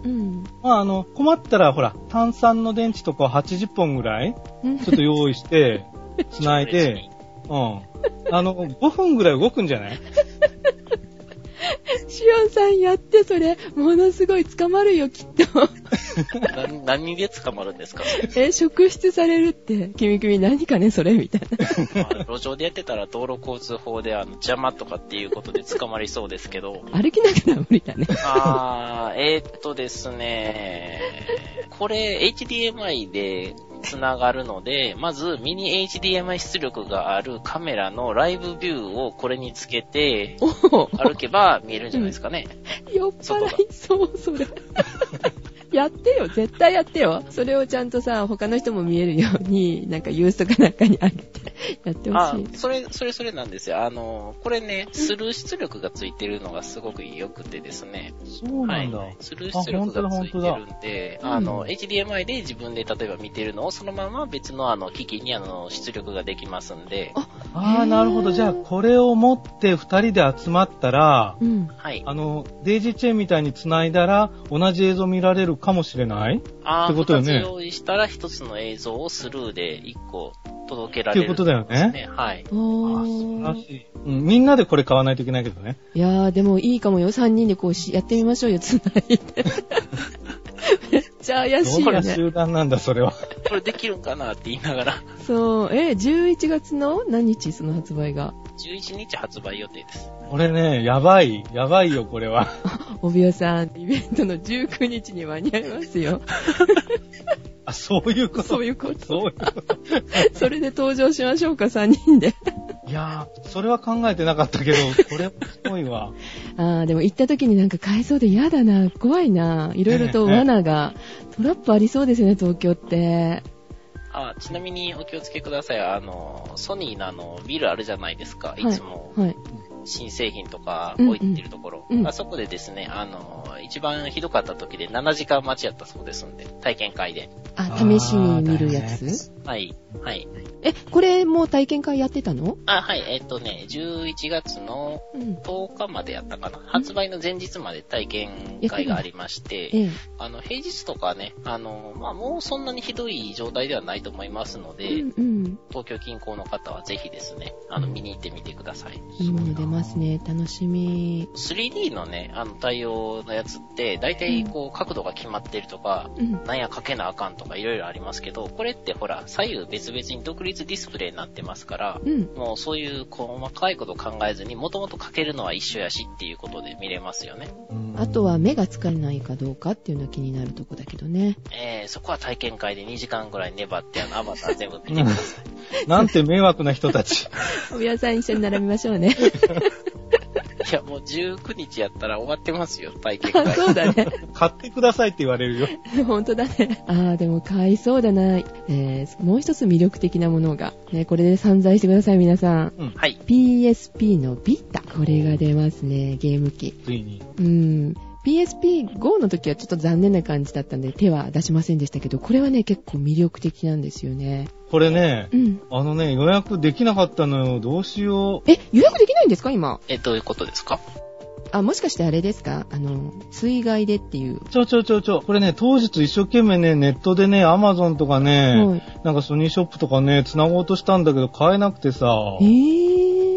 [SPEAKER 3] まああの、困ったらほら、単三の電池とかをはちじゅっぽんぐらい、ちょっと用意して、繋いで、うん。あの、ごふんぐらい動くんじゃない？
[SPEAKER 1] しおんさんやってそれ、ものすごい捕まるよ、きっと。
[SPEAKER 2] な何で捕まるんですか？
[SPEAKER 1] え、職質されるって、君君何かね、それみたいな。
[SPEAKER 2] まあ、路上でやってたら道路交通法であの邪魔とかっていうことで捕まりそうですけど。
[SPEAKER 1] 歩きながら無理だね。
[SPEAKER 2] あー、えー、っとですね、これ エイチディーエムアイ でつながるので、まずミニ エイチディーエムアイ 出力があるカメラのライブビューをこれにつけて歩けば見えるんじゃないですかね。
[SPEAKER 1] うん、酔っ払いそう、それ。やってよ、絶対やってよ。それをちゃんとさ、他の人も見えるように、なんかユースとかなんかにあげてやってほしい。
[SPEAKER 2] あ、それ、それそれなんですよ。あの、これね、スルー出力がついてるのがすごく良くてですね。
[SPEAKER 3] そうなんだ。はい、
[SPEAKER 2] スルー出力がついてるんで、あ, あの、うん、エイチディーエムアイ で自分で例えば見てるのをそのまま別のあの機器にあの出力ができますんで。
[SPEAKER 3] ああ、なるほど。じゃあ、これを持って二人で集まったら、
[SPEAKER 1] うん、
[SPEAKER 2] はい。
[SPEAKER 3] あの、デイジーチェーンみたいに繋いだら、同じ映像見られるかもしれない
[SPEAKER 2] あ
[SPEAKER 3] ってことよね。
[SPEAKER 2] 二つ用意したら一つの映像をスルーで一個届けられる、
[SPEAKER 3] っていうことだよね。
[SPEAKER 2] はい。
[SPEAKER 1] ああ、
[SPEAKER 3] 素晴らしい。うん、みんなでこれ買わないといけないけどね。
[SPEAKER 1] いやー、でもいいかもよ。三人でこうしやってみましょうよ、繋いで。めっちゃ怪しいよね。
[SPEAKER 3] どういう集団なんだ、それは。
[SPEAKER 2] これできるんかなって言いながら。
[SPEAKER 1] そう、え、じゅういちがつの何日その発売が？
[SPEAKER 2] じゅういちにち発売予定です。
[SPEAKER 3] これね、やばい。やばいよ、これは。
[SPEAKER 1] おびよさん、イベントのじゅうくにちに間に合いますよ。
[SPEAKER 3] あ、そういうこと。
[SPEAKER 1] そういうこと。
[SPEAKER 3] そういうこと。
[SPEAKER 1] それで登場しましょうか、さんにんで。
[SPEAKER 3] いやー、それは考えてなかったけど、これすごいわ。
[SPEAKER 1] あー、でも行った時になんか買えそうで嫌だな、怖いな。いろいろと罠が、トラップありそうですよね、東京って。
[SPEAKER 2] あ、ちなみにお気をつけください。あの、ソニーのあの、ビルあるじゃないですか、いつも。
[SPEAKER 1] はい。はい、
[SPEAKER 2] 新製品とか置いてるところ、
[SPEAKER 1] うんうん、
[SPEAKER 2] あそこでですね、あの、一番ひどかった時でななじかん待ちやったそうですんで、体験会で。
[SPEAKER 1] あ、試しに見るやつ？
[SPEAKER 2] はい、はい。
[SPEAKER 1] え、これも体験会やってたの？
[SPEAKER 2] あ、はい、えっとね、じゅういちがつのとおかまでやったかな。うん、発売の前日まで体験会がありまして、
[SPEAKER 1] ええ、
[SPEAKER 2] あの、平日とかね、あの、まあ、もうそんなにひどい状態ではないと思いますので、
[SPEAKER 1] うんうん、
[SPEAKER 2] 東京近郊の方はぜひですね、あの、見に行ってみてください。
[SPEAKER 1] いいもの出ますね。楽しみ。
[SPEAKER 2] スリーディー のね、あの対応のやつって、だいたいこう角度が決まってるとか、うん、なんやかけなあかんとかいろいろありますけど、これってほら、左右別々に独立ディスプレイになってますから、
[SPEAKER 1] うん、
[SPEAKER 2] もうそういう細かいこと考えずに、もともとかけるのは一緒やしっていうことで見れますよね。
[SPEAKER 1] あとは目が疲れないかどうかっていうのは気になるとこだけどね。
[SPEAKER 2] えー、そこは体験会でにじかんぐらい粘って、あの、アバター全部見てくださ
[SPEAKER 3] い。なんて迷惑な人たち。
[SPEAKER 1] 皆さん一緒に並びましょうね。
[SPEAKER 2] いや、もうじゅうくにちやったら終わってますよ、体験会。
[SPEAKER 1] そうだね。
[SPEAKER 3] 買ってくださいって言われるよ。
[SPEAKER 1] 本当だね。あー、でも買いそうだな。えー、もう一つ魅力的なものが、ね、これで散財してください、皆さん。
[SPEAKER 2] うん、はい。
[SPEAKER 1] ピーエスピー のビタ。これが出ますね、ゲーム機。
[SPEAKER 3] ついに。
[SPEAKER 1] うん。ピーエスピーゴー の時はちょっと残念な感じだったんで手は出しませんでしたけど、これはね、結構魅力的なんですよね。
[SPEAKER 3] これね、
[SPEAKER 1] うん、
[SPEAKER 3] あのね、予約できなかったのよ。どうしよう。
[SPEAKER 1] え、予約できないんですか、今？
[SPEAKER 2] え、どういうことですか？
[SPEAKER 1] あ、もしかしてあれですか？あの、水害でっていう。
[SPEAKER 3] ちょちょちょちょ。これね、当日一生懸命ね、ネットでね、アマゾンとかね、はい、なんかソニーショップとかね、繋ごうとしたんだけど買えなくてさ。
[SPEAKER 1] えー。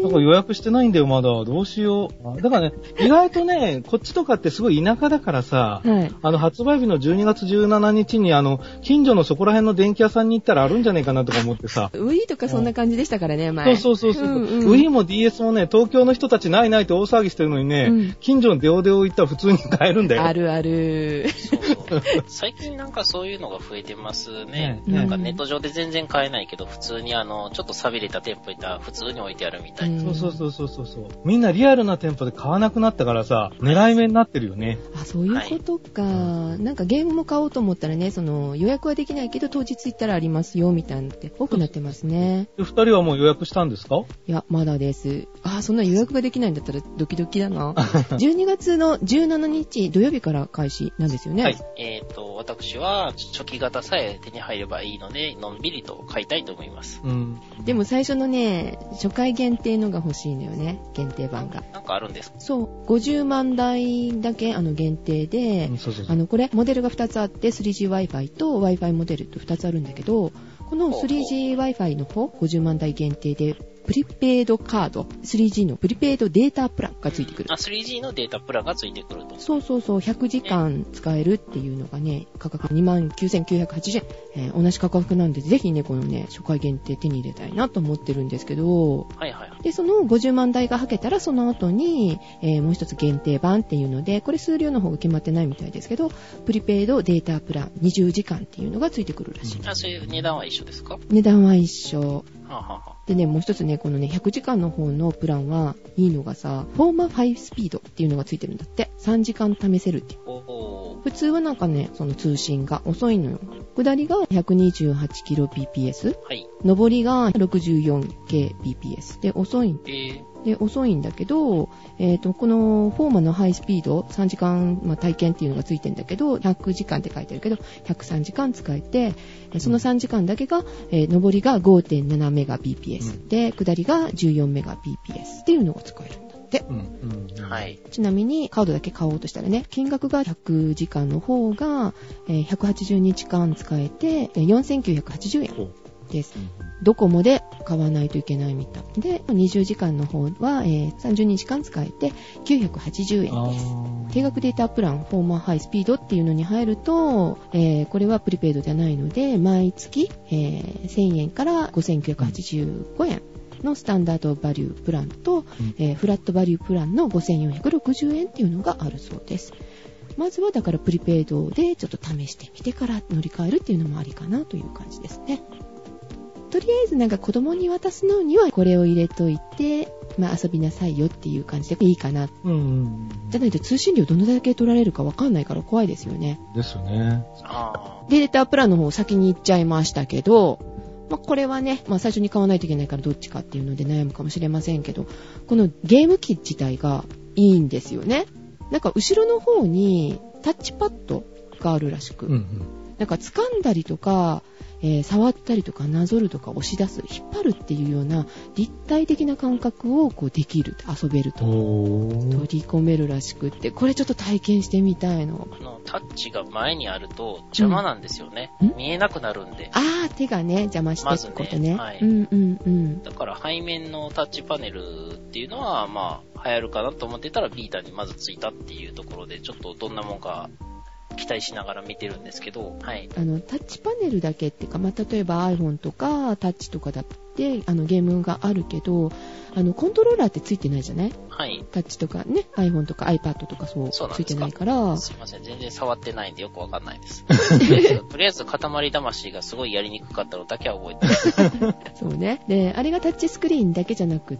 [SPEAKER 3] だから予約してないんだよ、まだ。どうしよう。だからね、意外とね、こっちとかってすごい田舎だからさ、はい、あの、発売日のじゅうにがつじゅうしちにちに、あの、近所のそこら辺の電気屋さんに行ったらあるんじゃないかなとか思ってさ。
[SPEAKER 1] ウィーとかそんな感じでしたからね、前。
[SPEAKER 3] そうそうそうそう。うんうん、ウィーも ディーエス もね、東京の人たちないないって大騒ぎしてるのにね、うん、近所のデオデオ行ったら普通に買えるんだよ。
[SPEAKER 1] あるある。
[SPEAKER 2] そう最近なんかそういうのが増えてますね。なんかネット上で全然買えないけど、普通にあの、ちょっと寂れた店舗行ったら普通に置いてあるみたいな。
[SPEAKER 3] うん、そうそうそうそうそう。みんなリアルな店舗で買わなくなったからさ、狙い目になってるよね。
[SPEAKER 1] あ、そういうことか、はい。なんかゲームも買おうと思ったらね、その予約はできないけど当日行ったらありますよみたいなのって多くなってますね。
[SPEAKER 3] で、二人はもう予約したんですか？
[SPEAKER 1] いや、まだです。あ、そんな予約ができないんだったらドキドキだな。じゅうにがつのじゅうしちにち土曜日から開始なんですよね。
[SPEAKER 2] はい。えっと、私は初期型さえ手に入ればいいので、のんびりと買いたいと思います。
[SPEAKER 1] うん。でも最初のね、初回限定のが欲しいのよね。限定版が。
[SPEAKER 2] なんかあるんですか？
[SPEAKER 1] そう。ごじゅうまんだいだけあの限定で、うん、そうそうそう。あの、これモデルがふたつあって スリージー Wi-Fi と Wi-Fi モデルとふたつあるんだけど、この スリージー Wi-Fi の方、ごじゅうまんだい限定で、プリペイドカード、スリージー のプリペイドデータプランがついてくる。
[SPEAKER 2] あ、スリージー のデータプランがついてくると。
[SPEAKER 1] そうそうそう、ひゃくじかん使えるっていうのがね、価格 にまんきゅうせんきゅうひゃくはちじゅうえん、えー。同じ価格なんで、ぜひね、このね、初回限定手に入れたいなと思ってるんですけど、
[SPEAKER 2] はいはい。
[SPEAKER 1] で、そのごじゅうまんだいがはけたら、その後に、えー、もう一つ限定版っていうので、これ数量の方が決まってないみたいですけど、プリペイドデータプランにじゅうじかんっていうのがついてくるらしい。
[SPEAKER 2] あ、そういう値段は一緒ですか？
[SPEAKER 1] 値段は一緒。
[SPEAKER 2] はあはあ、
[SPEAKER 1] でね、もう一つね、このね、ひゃくじかんの方のプランはいいのがさ、フォーマハイスピードっていうのがついてるんだって。さんじかん試せるって。普通はなんかね、その通信が遅いのよ。下りが ひゃくにじゅうはちキロビーピーエス。はい。上りが ろくじゅうよんケービーピーエス。で、遅いん。えーで、遅いんだけど、えっと、このフォーマのハイスピード、さんじかん、まあ、体験っていうのがついてんだけど、ひゃくじかんって書いてあるけど、ひゃくさんじかん使えて、そのさんじかんだけが、えー、上りが ごてんななメガビーピーエス、うん、で、下りがじゅうよんメガビーピーエスっていうのが使えるんだって。うんうん、はい。ちなみに、カードだけ買おうとしたらね、金額がひゃくじかんの方が、えー、ひゃくはちじゅうにちかん使えて、よんせんきゅうひゃくはちじゅうえんです。ドコモで買わないといけないみたいで、にじゅうじかんの方は、えー、さんじゅうにちかん使えてきゅうひゃくはちじゅうえんです。定額データプランフォーマーハイスピードっていうのに入ると、えー、これはプリペイドじゃないので毎月、えー、せんえんからごせんきゅうひゃくはちじゅうごえんのスタンダードバリュープランと、うんえー、フラットバリュープランのごせんよんひゃくろくじゅうえんっていうのがあるそうです。まずはだからプリペイドでちょっと試してみてから乗り換えるっていうのもありかなという感じですね。とりあえずなんか子供に渡すのにはこれを入れといて、まあ遊びなさいよっていう感じでいいかな。うんうん、じゃないと通信料どのだけ取られるかわかんないから怖いですよね。
[SPEAKER 3] ですよね。
[SPEAKER 1] データプランの方先に行っちゃいましたけど、まあこれはね、まあ最初に買わないといけないからどっちかっていうので悩むかもしれませんけど、このゲーム機自体がいいんですよね。なんか後ろの方にタッチパッドがあるらしく、うんうん、なんか掴んだりとか、えー、触ったりとかなぞるとか押し出す引っ張るっていうような立体的な感覚をこうできる遊べると取り込めるらしくって、これちょっと体験してみたいの。
[SPEAKER 2] あのタッチが前にあると邪魔なんですよね、うん、見えなくなるんで。
[SPEAKER 1] あー手がね邪魔してってことね、まずね、はい、
[SPEAKER 2] うんうんうん、だから背面のタッチパネルっていうのはまあ流行るかなと思ってたらビータにまずついたっていうところで、ちょっとどんなもんか期待しながら見てるんですけど、はい、
[SPEAKER 1] あのタッチパネルだけっていうか、まあ、例えば iPhone とかタッチとかだってあのゲームがあるけど、あのコントローラーってついてないじゃない？はい。タッチとかね、iPhone とか iPad とかそうついてないから。
[SPEAKER 2] すいません、全然触ってないんでよくわかんないです。とりあえず塊魂がすごいやりにくかったのだけは覚えてる。
[SPEAKER 1] そうね。で、あれがタッチスクリーンだけじゃなくって、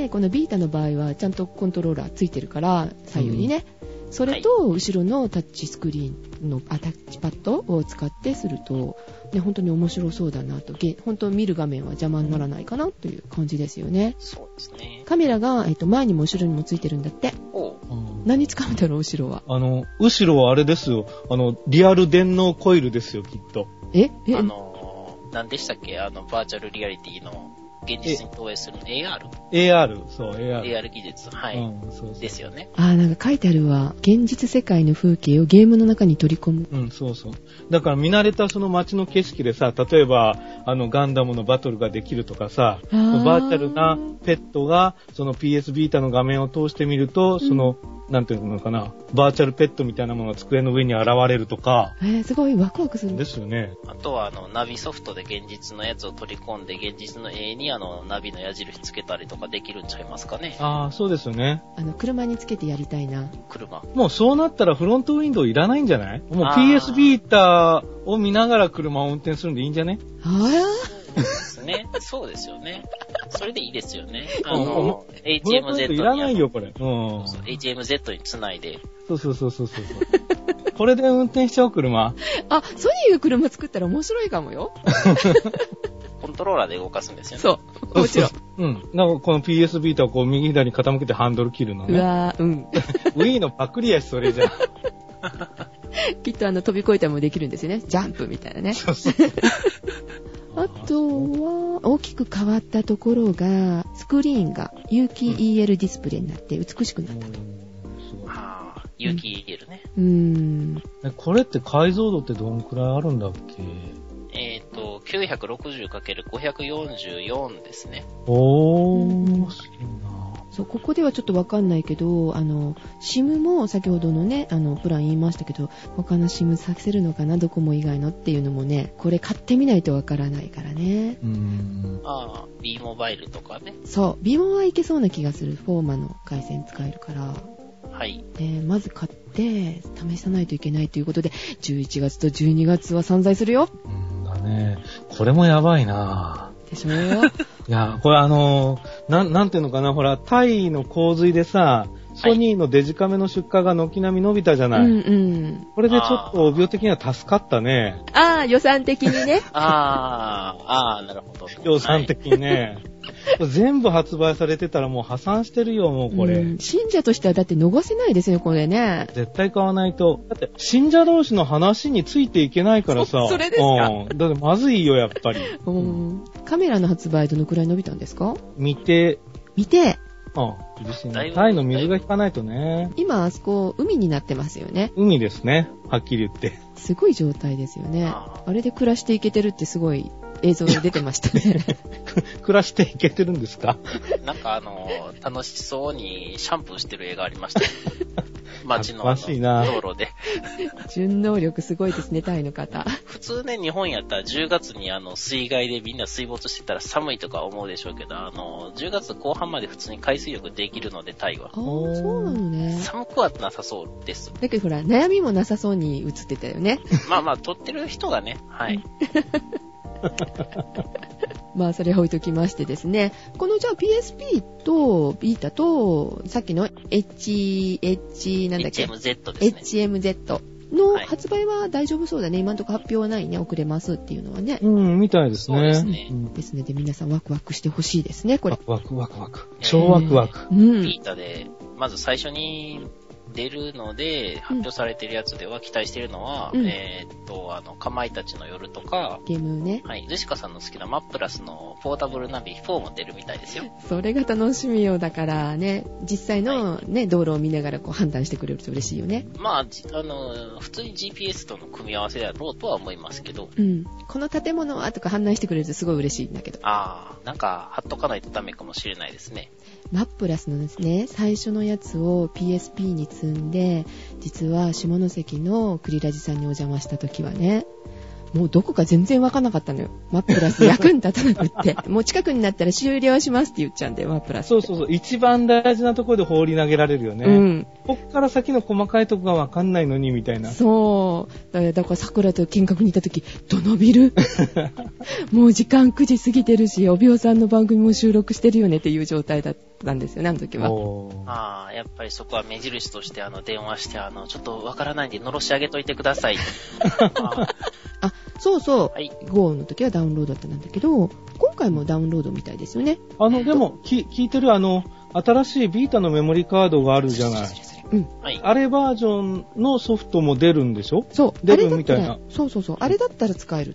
[SPEAKER 1] このビータの場合はちゃんとコントローラーついてるから左右にね。うん、それと後ろのタッチスクリーンのあタッチパッドを使ってすると、ね、本当に面白そうだなと、本当見る画面は邪魔にならないかなという感じですよね。
[SPEAKER 2] そうですね。
[SPEAKER 1] カメラが、えっと、前にも後ろにもついてるんだって。おう。何使うんだろう後ろは。
[SPEAKER 3] あの後ろはあれですよ。あのリアル電脳コイルですよきっと。
[SPEAKER 1] え？え？
[SPEAKER 2] あの何でしたっけ、あのバーチャルリアリティの現実に投影する エーアール?
[SPEAKER 3] エーアール、そう、エーアール。
[SPEAKER 2] エーアール 技術、はい。うん、そうそうですよね。
[SPEAKER 1] あー、なんか書いてあるわ。現実世界の風景をゲームの中に取り込む。
[SPEAKER 3] うん、そうそう。だから見慣れたその街の景色でさ、例えば、あの、ガンダムのバトルができるとかさ、バーチャルなペットが、その ピーエス ビータの画面を通してみると、その、うん、なんていうのかな、バーチャルペットみたいなものが机の上に現れるとか。
[SPEAKER 1] えー、すごいワクワクする。
[SPEAKER 3] ですよね。
[SPEAKER 2] あとは、あの、ナビソフトで現実のやつを取り込んで、現実の絵にあの、ナビの矢印つけたりとかできるんちゃいますかね。
[SPEAKER 3] ああ、そうですよね。
[SPEAKER 1] あの、車につけてやりたいな。
[SPEAKER 2] 車。
[SPEAKER 3] もうそうなったらフロントウィンドウいらないんじゃない？もう ピーエス ビータを見ながら車を運転するんでいいんじゃね？
[SPEAKER 1] あ
[SPEAKER 2] そうですね。そうですよね。それでいいですよね。あの、エイチエムゼット に。
[SPEAKER 3] いらないよ、これ。うん。
[SPEAKER 2] そうそう エイチエムゼット につないで。
[SPEAKER 3] そうそうそうそうそう。これで運転しちゃう車。
[SPEAKER 1] あ、ソニーが車作ったら面白いかもよ。
[SPEAKER 2] コントローラーで動かすんですよね。
[SPEAKER 1] そう。もちろん。
[SPEAKER 3] うん。なんかこの ピーエス ビータをこう右左に傾けてハンドル切るのね。
[SPEAKER 1] うわー、うん。
[SPEAKER 3] Wii のパクリやし、それじゃ。
[SPEAKER 1] きっとあの飛び越えたりもできるんですよね。ジャンプみたいなね。そうそう。あとは、大きく変わったところが、スクリーンが有機 イーエル ディスプレイになって美しくなったと。
[SPEAKER 2] はぁ、有機 イーエルね。
[SPEAKER 1] うーん。
[SPEAKER 3] これって解像度ってどんくらいあるんだっけ？
[SPEAKER 2] えっと、きゅうひゃくろくじゅうかけるごひゃくよんじゅうよん ですね。
[SPEAKER 3] おー、すごいな。
[SPEAKER 1] そう、ここではちょっとわかんないけど、あの、SIM も先ほどのね、あの、プラン言いましたけど、他の SIM させるのかな、ドコモ以外のっていうのもね、これ買ってみないとわからないからね。
[SPEAKER 3] うーん。
[SPEAKER 2] ああ、B モバイルとかね。
[SPEAKER 1] そう、B モはいけそうな気がする。フォーマの回線使えるから。
[SPEAKER 2] はい。
[SPEAKER 1] で、まず買って、試さないといけないということで、じゅういちがつとじゅうにがつは散財するよ。
[SPEAKER 3] うんだね。これもやばいな
[SPEAKER 1] でしょ
[SPEAKER 3] いや、これあのー、なん、なんていうのかな、ほら、タイの洪水でさ、ソニーのデジカメの出荷が軒並み伸びたじゃない。
[SPEAKER 1] うんうん。
[SPEAKER 3] これでちょっと病的には助かったね。
[SPEAKER 1] ああ、予算的にね。
[SPEAKER 2] ああ、ああ、なるほど。
[SPEAKER 3] 予算的にね。はい、全部発売されてたらもう破産してるよ、もうこれ。
[SPEAKER 1] うん、信者としてはだって逃せないですよ、これね。
[SPEAKER 3] 絶対買わないと。だって、信者同士の話についていけないからさ。
[SPEAKER 1] そ、それですか？
[SPEAKER 3] うん。だってまずいよ、やっぱり。
[SPEAKER 1] うん。カメラの発売どのくらい伸びたんですか？
[SPEAKER 3] 見て。
[SPEAKER 1] 見て。
[SPEAKER 3] ああ、厳しいね。タイの水が引かないとね。
[SPEAKER 1] 今、あそこ、海になってますよね。
[SPEAKER 3] 海ですね。はっきり言って。
[SPEAKER 1] すごい状態ですよね。あ, あれで暮らしていけてるってすごい映像で出てましたね。
[SPEAKER 3] 暮らしていけてるんですか？
[SPEAKER 2] なんかあの、楽しそうにシャンプーしてる絵がありました。街の道路で。
[SPEAKER 1] 順応力すごいですね、タイの方。
[SPEAKER 2] 普通ね、日本やったらじゅうがつにあの、水害でみんな水没してたら寒いとか思うでしょうけど、あの、じゅうがつこう半まで普通に海水浴できるので、タイは。
[SPEAKER 1] ああ、そうなのね。
[SPEAKER 2] 寒くはなさそうです。
[SPEAKER 1] だけどほら、悩みもなさそうに映ってたよね。
[SPEAKER 2] まあまあ、撮ってる人がね、はい。
[SPEAKER 1] まあそれ置いときましてですね、このじゃあ ピーエスピー とビータとさっきの H、H なんだっけ
[SPEAKER 2] エイチエムゼット ですね。
[SPEAKER 1] エイチエムゼット の発売は大丈夫そうだね。今のところ発表はないね。遅れますっていうのはね。
[SPEAKER 3] うん、みたいですね。
[SPEAKER 2] そうですね。
[SPEAKER 1] うん、ですので皆さんワクワクしてほしいですね、これ。
[SPEAKER 3] ワクワクワク。超ワクワク。
[SPEAKER 1] うん。
[SPEAKER 2] ビータで、まず最初に出るので、発表されてるやつでは期待してるのは、うん、えー、っと、あの、かまいたちの夜とか、
[SPEAKER 1] ゲームね。
[SPEAKER 2] はい、ジェシカさんの好きなマップラスのポータブルナビフォーも出るみたいですよ。
[SPEAKER 1] それが楽しみよ。だからね、実際のね、はい、道路を見ながらこう判断してくれると嬉しいよね。
[SPEAKER 2] まあ、あの、普通に ジーピーエス との組み合わせだろうとは思いますけど。
[SPEAKER 1] うん。この建物はとか判断してくれるとすごい嬉しいんだけど。
[SPEAKER 2] ああ、なんか貼っとかないとダメかもしれないですね。
[SPEAKER 1] マップラスのですね、最初のやつを ピーエスピー に積んで、実は下関のクリラジさんにお邪魔した時はね、もうどこか全然わかんなかったのよ。マップラス役に立たなくって。もう近くになったら終了しますって言っちゃうんだよ、マップラスって。
[SPEAKER 3] そうそうそう。一番大事なところで放り投げられるよね。うん。こっから先の細かいとこがわかんないのに、みたいな。
[SPEAKER 1] そう。だから、だから桜と見学に行った時、どのビルもう時間くじ過ぎてるし、おびおさんの番組も収録してるよねっていう状態だったんですよね、あの時は。
[SPEAKER 2] ああ、やっぱりそこは目印としてあの電話して、あの、ちょっとわからないんで、のろし上げといてください。あ
[SPEAKER 1] あ、そうそう。
[SPEAKER 2] はい。
[SPEAKER 1] ゴー の時はダウンロードだったんだけど、今回もダウンロードみたいですよね。
[SPEAKER 3] あの、でも、き聞いてるあの、新しいビータのメモリカードがあるじゃない。
[SPEAKER 1] うん。
[SPEAKER 2] はい。
[SPEAKER 3] あれバージョンのソフトも出るんでしょ？
[SPEAKER 1] そう。
[SPEAKER 3] 出るみたいな。
[SPEAKER 1] そうそうそう。あれだったら使えると。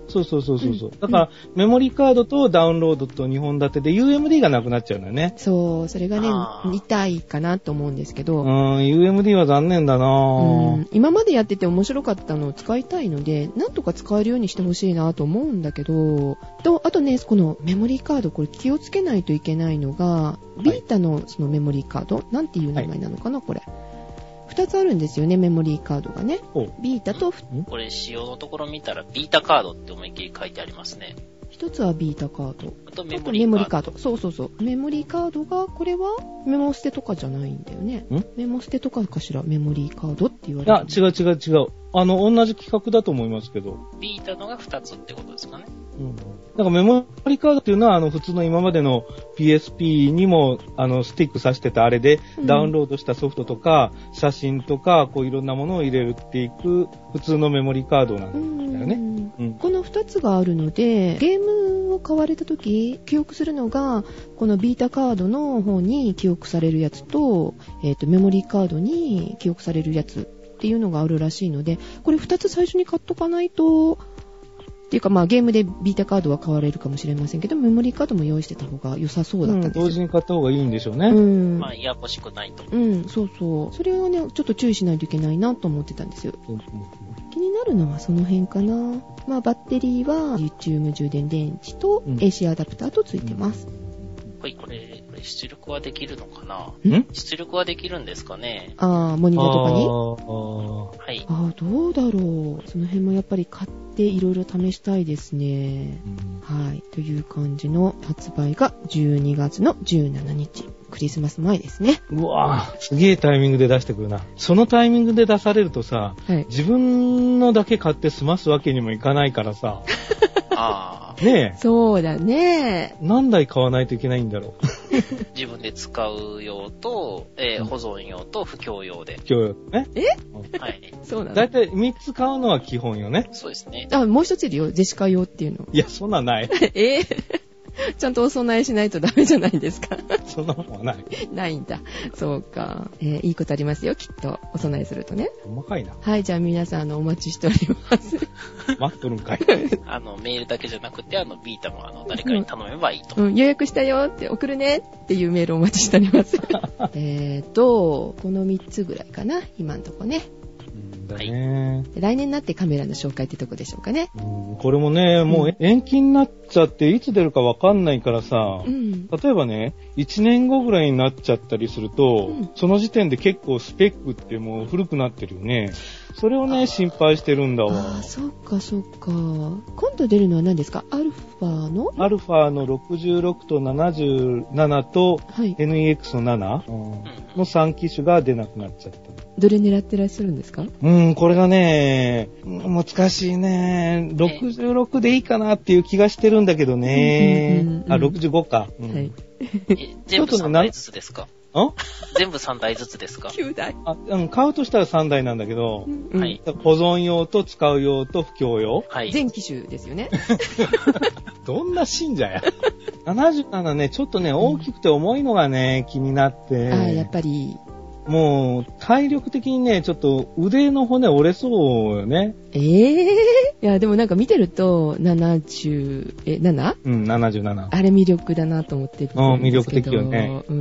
[SPEAKER 3] そうそうそうそう。うん、だから、メモリーカードとダウンロードとにほん立てで ユーエムディー がなくなっちゃうんだよね。
[SPEAKER 1] そう、それがね、痛いかなと思うんですけど。
[SPEAKER 3] うん、ユーエムディー は残念だなぁ、
[SPEAKER 1] うん。今までやってて面白かったのを使いたいので、なんとか使えるようにしてほしいなと思うんだけど、と、あとね、このメモリーカード、これ気をつけないといけないのが、ビータのそのメモリーカード、なんていう名前なのかな、これ。二つあるんですよね、メモリーカードがね。ビータと、
[SPEAKER 2] これ仕様のところ見たら、ビータカードって思いっきり書いてありますね。
[SPEAKER 1] 一つはビータカード。
[SPEAKER 2] あとメモリーカード。メモリーカード。
[SPEAKER 1] そうそうそう。メモリーカードが、これはメモ捨てとかじゃないんだよね。んメモ捨てとかかしら、メモリーカードって言われる。
[SPEAKER 3] あ、違う違う違う。あの、同じ企画だと思いますけど。
[SPEAKER 2] ビータのが二つってことですかね。
[SPEAKER 3] うん。なんかメモリーカードっていうのは、あの、普通の今までの ピーエスピー にも、あの、スティックさしてたあれで、うん、ダウンロードしたソフトとか、写真とか、こういろんなものを入れていく、普通のメモリーカードなんだよね。うん
[SPEAKER 1] うん、この二つがあるので、ゲームを買われたとき、記憶するのが、このビータカードの方に記憶されるやつと、えっと、メモリーカードに記憶されるやつっていうのがあるらしいので、これ二つ最初に買っとかないと、っていうかまあゲームでビータカードは買われるかもしれませんけど、メモリーカードも用意してた方が良さそうだったんですよ。
[SPEAKER 3] うん、同時に買った方がいいんでしょうね。
[SPEAKER 1] うん。
[SPEAKER 2] まあ、ややこしくないと。
[SPEAKER 1] うん、そうそう。それをね、ちょっと注意しないといけないなと思ってたんですよ。うんうん、気になるのはその辺かな。まあ、バッテリーはリチウム充電電池と エーシー アダプターとついてます。
[SPEAKER 2] うん、はい、これ、これ出力はできるのかな？
[SPEAKER 3] ん
[SPEAKER 2] 出力はできるんですかね？
[SPEAKER 1] ああ、モニターとかに？
[SPEAKER 2] あはい。
[SPEAKER 1] ああ、どうだろう。その辺もやっぱり買っていろいろ試したいですね。うん、はい。という感じの発売がじゅうにがつのじゅうしちにち。クリスマス前ですね。
[SPEAKER 3] うわぁ、すげえタイミングで出してくるな。そのタイミングで出されるとさ、はい、自分のだけ買って済ますわけにもいかないからさ。
[SPEAKER 2] ああ。
[SPEAKER 3] ねえ。
[SPEAKER 1] そうだね。
[SPEAKER 3] 何台買わないといけないんだろう。
[SPEAKER 2] 自分で使う用と、えー、保存用と不況用で。
[SPEAKER 3] 不況用ね。
[SPEAKER 1] え、
[SPEAKER 2] はい。
[SPEAKER 1] そうなの？
[SPEAKER 3] だいたいみっつ買うのは基本よね。
[SPEAKER 2] そうですね。
[SPEAKER 1] あ、もう一ついるよ。ジェシカ用っていうの。
[SPEAKER 3] いや、そんなんない。
[SPEAKER 1] えーちゃんとお供えしないとダメじゃないですか。
[SPEAKER 3] そんなもんはない。
[SPEAKER 1] ないんだ。そうか。えー、いいことありますよ、きっと。お供えするとね。
[SPEAKER 3] 細かいな。
[SPEAKER 1] はい、じゃあ皆さん、あの、お待ちしております。
[SPEAKER 3] 待っとるんかい。
[SPEAKER 2] あの、メールだけじゃなくて、あの、ビータも、あの、誰かに頼めばいいと。
[SPEAKER 1] うん、予約したよって送るねっていうメールをお待ちしております。えーと、このみっつぐらいかな、今んとこね。
[SPEAKER 3] だね、
[SPEAKER 1] はい、来年になってカメラの紹介ってとこでしょうかね。
[SPEAKER 3] うん、これもね、もう延期になっちゃっていつ出るかわかんないからさ、うん、例えばね、いちねんごぐらいになっちゃったりすると、うん、その時点で結構スペックってもう古くなってるよね。それをね、心配してるんだわ。
[SPEAKER 1] ああ、そっかそっか。今度出るのは何ですか？アルファの
[SPEAKER 3] アルファのろくじゅうろくとななじゅうななと、はい、エヌイーエックス のななのさん機種が出なくなっちゃった。
[SPEAKER 1] どれ狙ってらっしゃるんですか？
[SPEAKER 3] うん、これがね、難しいね。ろくじゅうろくでいいかなっていう気がしてるんだけどね。うんうんうんうん、あ、ろくじゅうごか。うん、はい。
[SPEAKER 2] え、全部さんだいずつですか？
[SPEAKER 3] ん
[SPEAKER 2] 全部さんだいずつですか？
[SPEAKER 1] きゅうだい。
[SPEAKER 3] あ、うん、買うとしたらさんだいなんだけど、
[SPEAKER 1] うん、
[SPEAKER 2] はい。
[SPEAKER 3] 保存用と使う用と不況用。
[SPEAKER 2] はい。
[SPEAKER 1] 全機種ですよね。
[SPEAKER 3] どんな信者や。ななじゅうななね、ちょっとね、大きくて重いのがね、気になって。
[SPEAKER 1] あ、やっぱり。
[SPEAKER 3] もう、体力的にね、ちょっと腕の骨折れそうよね。
[SPEAKER 1] ええー、いや、でもなんか見てると、ななじゅう、え、なな?
[SPEAKER 3] うん、ななじゅうなな。
[SPEAKER 1] あれ魅力だなと思ってるんですけど。
[SPEAKER 3] うん、魅力的よね。
[SPEAKER 1] うん。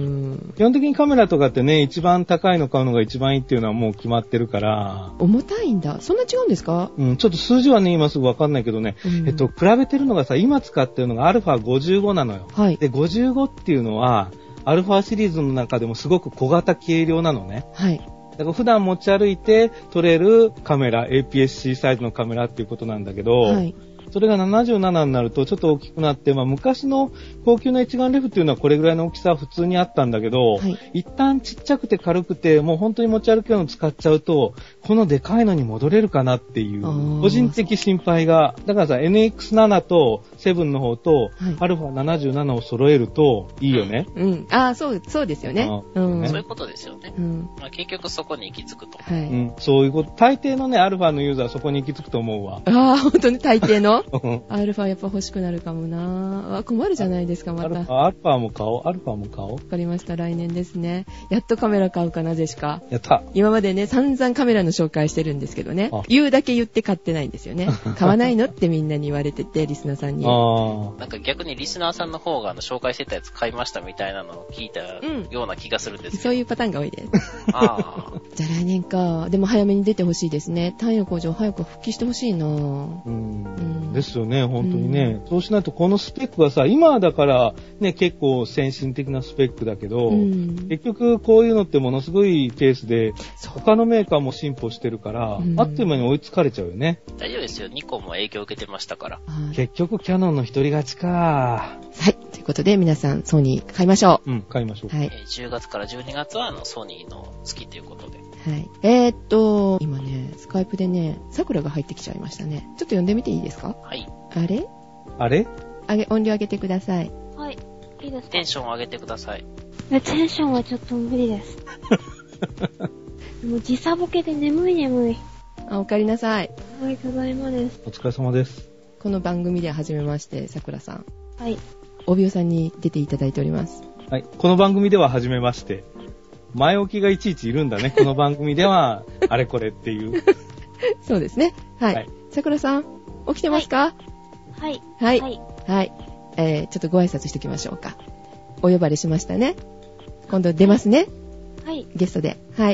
[SPEAKER 3] 基本的にカメラとかってね、一番高いの買うのが一番いいっていうのはもう決まってるから。
[SPEAKER 1] 重たいんだ。そんな違うんですか？
[SPEAKER 3] うん、ちょっと数字はね、今すぐわかんないけどね、うん、えっと、比べてるのがさ、今使ってるのが アルファごじゅうご なのよ。
[SPEAKER 1] はい。
[SPEAKER 3] で、ごじゅうごっていうのは、アルファシリーズの中でもすごく小型軽量なのね。
[SPEAKER 1] はい。
[SPEAKER 3] だから普段持ち歩いて撮れるカメラ、エーピーエスシー サイズのカメラっていうことなんだけど、はい、それがななじゅうななになるとちょっと大きくなって、まあ昔の高級な一眼レフっていうのはこれぐらいの大きさは普通にあったんだけど、はい、一旦ちっちゃくて軽くてもう本当に持ち歩くように使っちゃうと、このでかいのに戻れるかなっていう、個人的心配が、だからさ、エヌエックスなな とセブンの方と、はい、アルファななじゅうななを揃えるといいよね。
[SPEAKER 1] うん。ああ、そう、そうですよね。
[SPEAKER 2] うん、そういうことですよね。うん。まあ結局そこに行き着くと。
[SPEAKER 1] はい。
[SPEAKER 3] うん。そういうこと。大抵のね、アルファのユーザーはそこに行き着くと思うわ。
[SPEAKER 1] ああ、本当に大抵ののアルファやっぱ欲しくなるかもな。あ、困るじゃないですか、また。
[SPEAKER 3] アルファ、アルファも買おう。アルファも買おう。
[SPEAKER 1] わかりました。来年ですね。やっとカメラ買うかな、ジェシカ。
[SPEAKER 3] やった。
[SPEAKER 1] 今までね、散々カメラの紹介してるんですけどね。言うだけ言って買ってないんですよね。買わないのってみんなに言われてて、リスナーさんに。
[SPEAKER 2] あなんか逆にリスナーさんの方があの紹介してたやつ買いましたみたいなのを聞いたような気がするんですけど、うん、
[SPEAKER 1] そういうパターンが多いです。あじゃあ来年か。でも早めに出てほしいですね。太陽工場早く復帰してほしいな。うん、
[SPEAKER 3] うん。ですよね、本当にね、うん。そうしないとこのスペックがさ、今だからね、結構先進的なスペックだけど、うん、結局こういうのってものすごいペースで、他のメーカーも進歩してるから、うん、あっという間に追いつかれちゃうよね。
[SPEAKER 2] 大丈夫ですよ。ニコンも影響を受けてましたから。
[SPEAKER 3] 結局キャノンの一人勝ちか。
[SPEAKER 1] はい。ということで皆さんソニー買いましょ
[SPEAKER 3] う。うん、買いましょう。
[SPEAKER 2] はい。じゅうがつからじゅうにがつはあのソニーの月ということで。
[SPEAKER 1] はい。えー、っと、今ね、スカイプでね、桜が入ってきちゃいましたね。ちょっと読んでみていいですか？
[SPEAKER 2] はい。
[SPEAKER 1] あれ
[SPEAKER 3] あれ
[SPEAKER 1] あげ、音量上げてください。
[SPEAKER 4] はい。いいですか？
[SPEAKER 2] テンション上げてください。
[SPEAKER 4] テンションはちょっと無理です。もう時差ボケで眠い眠い。
[SPEAKER 1] あ、お帰りなさい。
[SPEAKER 4] はい、ただいまです。
[SPEAKER 3] お疲れ様です。
[SPEAKER 1] この番組では初めまして、桜さん。
[SPEAKER 4] はい。
[SPEAKER 1] 帯尾さんに出ていただいております。
[SPEAKER 3] はい。この番組では初めまして。前置きがいちいちいるんだね。この番組では、あれこれっていう。
[SPEAKER 1] そうですね。はい。はい、桜さん、起きてますか？
[SPEAKER 4] はい。
[SPEAKER 1] はい。はい。はい。えー、ちょっとご挨拶しておきましょうか。お呼ばれしましたね。今度出ますね。
[SPEAKER 4] はい。
[SPEAKER 1] ゲストで。はい。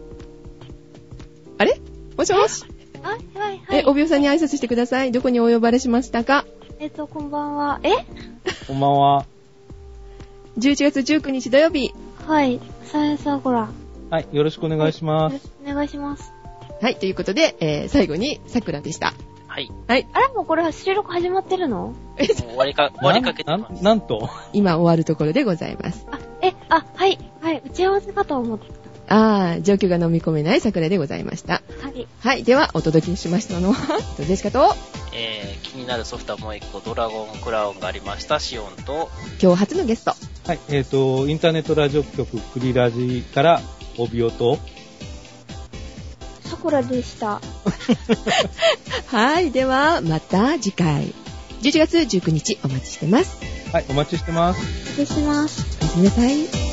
[SPEAKER 1] あれ？もしもし。
[SPEAKER 4] あ、はいはいはい。
[SPEAKER 1] え、帯尾さんに挨拶してください。どこにお呼ばれしましたか？
[SPEAKER 4] えっと、こんばんは。え？
[SPEAKER 3] こんばんは。
[SPEAKER 1] じゅういちがつじゅうくにち土曜日。
[SPEAKER 4] はい。サイエンスアゴラ。
[SPEAKER 3] はい。よろしくお願いします。よろし
[SPEAKER 4] くお願いします。
[SPEAKER 1] はい。ということで、えー、最後に桜でした。
[SPEAKER 2] はい。
[SPEAKER 1] はい。
[SPEAKER 4] あれもうこれ収録始まってるの？
[SPEAKER 2] え、終わりか、終わりかけてます。
[SPEAKER 3] な、なんと
[SPEAKER 1] 今終わるところでございます。
[SPEAKER 4] あ、え、あ、はい。はい。打ち合わせかと思ってた。
[SPEAKER 1] あー、状況が飲み込めない桜でございました。
[SPEAKER 4] はい。
[SPEAKER 1] はい。では、お届けしましたのは、ジェシカと、
[SPEAKER 2] えー、気になるソフトはもう一個、ドラゴンクラウンがありました、シオンと、
[SPEAKER 1] 今日初のゲスト。
[SPEAKER 3] はい。えっと、インターネットラジオ局クリラジから、帯尾と、
[SPEAKER 4] 桜でした。
[SPEAKER 1] はい。では、また次回。じゅういちがつじゅうくにちお待ちしてます。
[SPEAKER 3] はい。お待ちしてます。
[SPEAKER 4] 失礼します。
[SPEAKER 1] おやすみなさい。